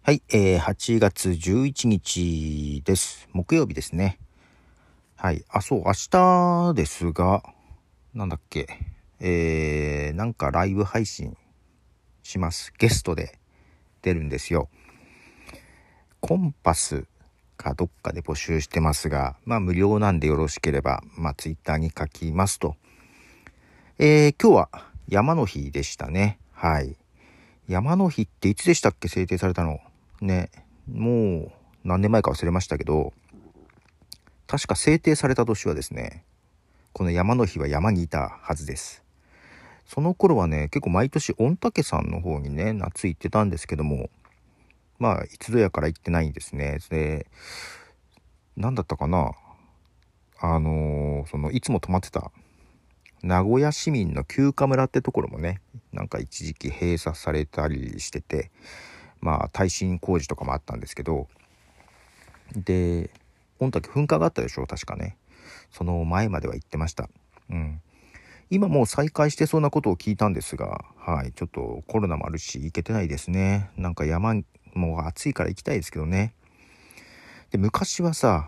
はい、8月11日です。木曜日ですね。はい、そう、明日ですが、なんだっけ、なんかライブ配信します。ゲストで出るんですよ。コンパスかどっかで募集してますが、無料なんでよろしければ、ツイッターに書きますと。今日は山の日でしたね。はい。山の日っていつでしたっけ、制定されたの。ね。もう何年前か忘れましたけど、確か制定された年はですね、この山の日は山にいたはずです。その頃はね、結構毎年御嶽山の方にね、夏行ってたんですけども、一度やから行ってないんですね。で、なんだったかな、いつも泊まってた名古屋市民の休暇村ってところもね、なんか一時期閉鎖されたりしてて、耐震工事とかもあったんですけど、で、御嶽噴火があったでしょ、確かね。その前までは行ってました。今もう再開してそうなことを聞いたんですが、はい、ちょっとコロナもあるし行けてないですね。なんか山もう暑いから行きたいですけどね。で、昔はさ、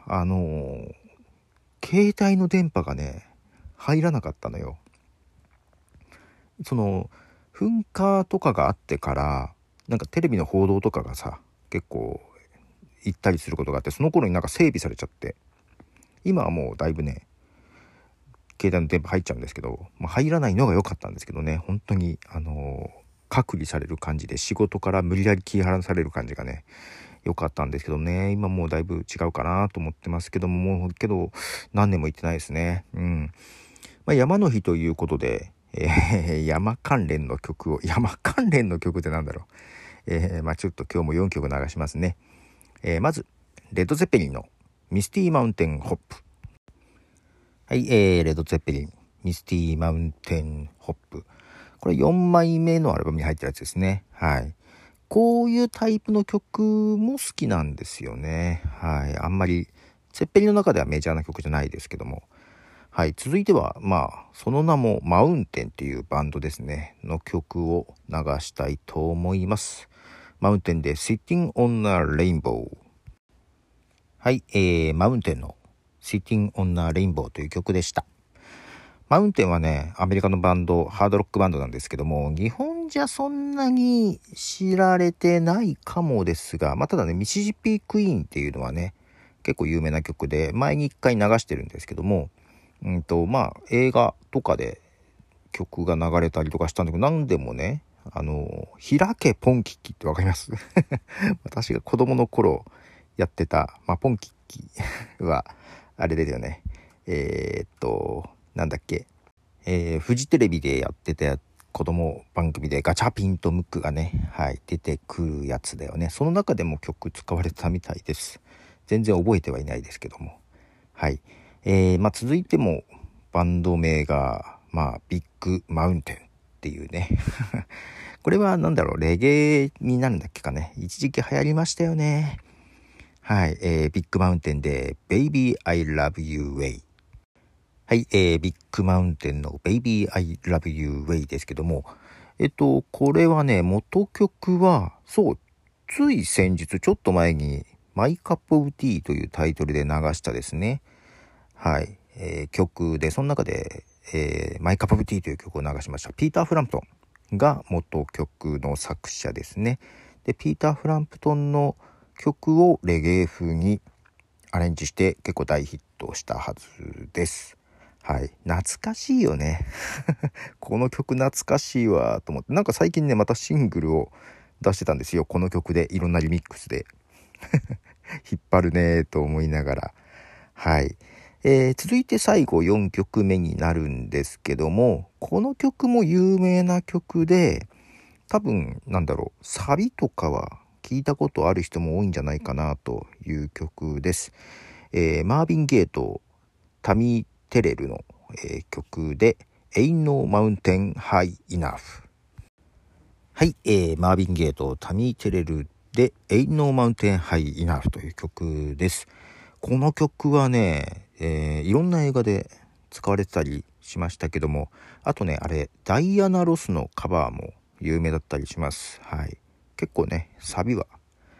携帯の電波がね入らなかったのよ。その噴火とかがあってから、なんかテレビの報道とかがさ結構行ったりすることがあって、その頃になんか整備されちゃって、今はもうだいぶね携帯の電波入っちゃうんですけど、入らないのが良かったんですけどね、本当に隔離される感じで、仕事から無理やり切り離される感じがね良かったんですけどね、今もうだいぶ違うかなと思ってますけども、何年も行ってないですね。山の日ということで、山関連の曲ってなんだろう。ちょっと今日も4曲流しますね。まずレッド・ゼッペリンのミスティーマウンテンホップ。はい、レッド・ゼッペリンミスティーマウンテンホップ、これ4枚目のアルバムに入ってるやつですね。はい、こういうタイプの曲も好きなんですよね。はい、あんまりゼッペリンの中ではメジャーな曲じゃないですけども。はい、続いてはその名もマウンテンっていうバンドですねの曲を流したいと思います。マウンテンで Sitting on a Rainbow。 はい、マウンテンの Sitting on a Rainbow という曲でした。マウンテンはね、アメリカのバンド、ハードロックバンドなんですけども、日本じゃそんなに知られてないかもですが、ただね、ミシシッピクイーンっていうのはね、結構有名な曲で、前に一回流してるんですけども、映画とかで曲が流れたりとかしたんだけど、何でもね、開けポンキッキってわかります私が子供の頃やってた、ポンキッキは、あれですよね。なんだっけ、フジテレビでやってた子供番組でガチャピンとムックがね、はい、出てくるやつだよね。その中でも曲使われたみたいです。全然覚えてはいないですけども。はい。続いてもバンド名が、ビッグマウンテンっていうね。これはレゲエになるんだっけかね。一時期流行りましたよね。はい。ビッグマウンテンで Baby I Love You Way。はい、ビッグマウンテンの Baby I Love You Way ですけども、これはね、元曲は、そう、つい先日、ちょっと前に、My Cup of Tea というタイトルで流したですね、はい、曲で、その中で、My Cup of Tea という曲を流しました。ピーター・フランプトンが元曲の作者ですね。で、ピーター・フランプトンの曲をレゲエ風にアレンジして結構大ヒットしたはずです。はい、懐かしいよねこの曲懐かしいわと思って、なんか最近ねまたシングルを出してたんですよ、この曲で。いろんなリミックスで引っ張るねと思いながら。はい、続いて最後4曲目になるんですけども、この曲も有名な曲で、多分サビとかは聞いたことある人も多いんじゃないかなという曲です。マービン・ゲイとタミー・テレルの、曲で Ain't No Mountain High Enough。 はい、マービン・ゲイとタミー・テレルで Ain't No Mountain High Enough という曲です。この曲はね、いろんな映画で使われてたりしましたけども、あとね、あれダイアナ・ロスのカバーも有名だったりします。はい、結構ねサビは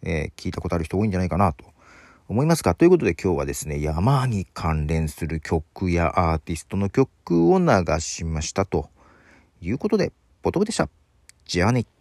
聞いたことある人多いんじゃないかなと思いますが、ということで今日はですね、山に関連する曲やアーティストの曲を流しましたということで、ポトフでした。じゃあね。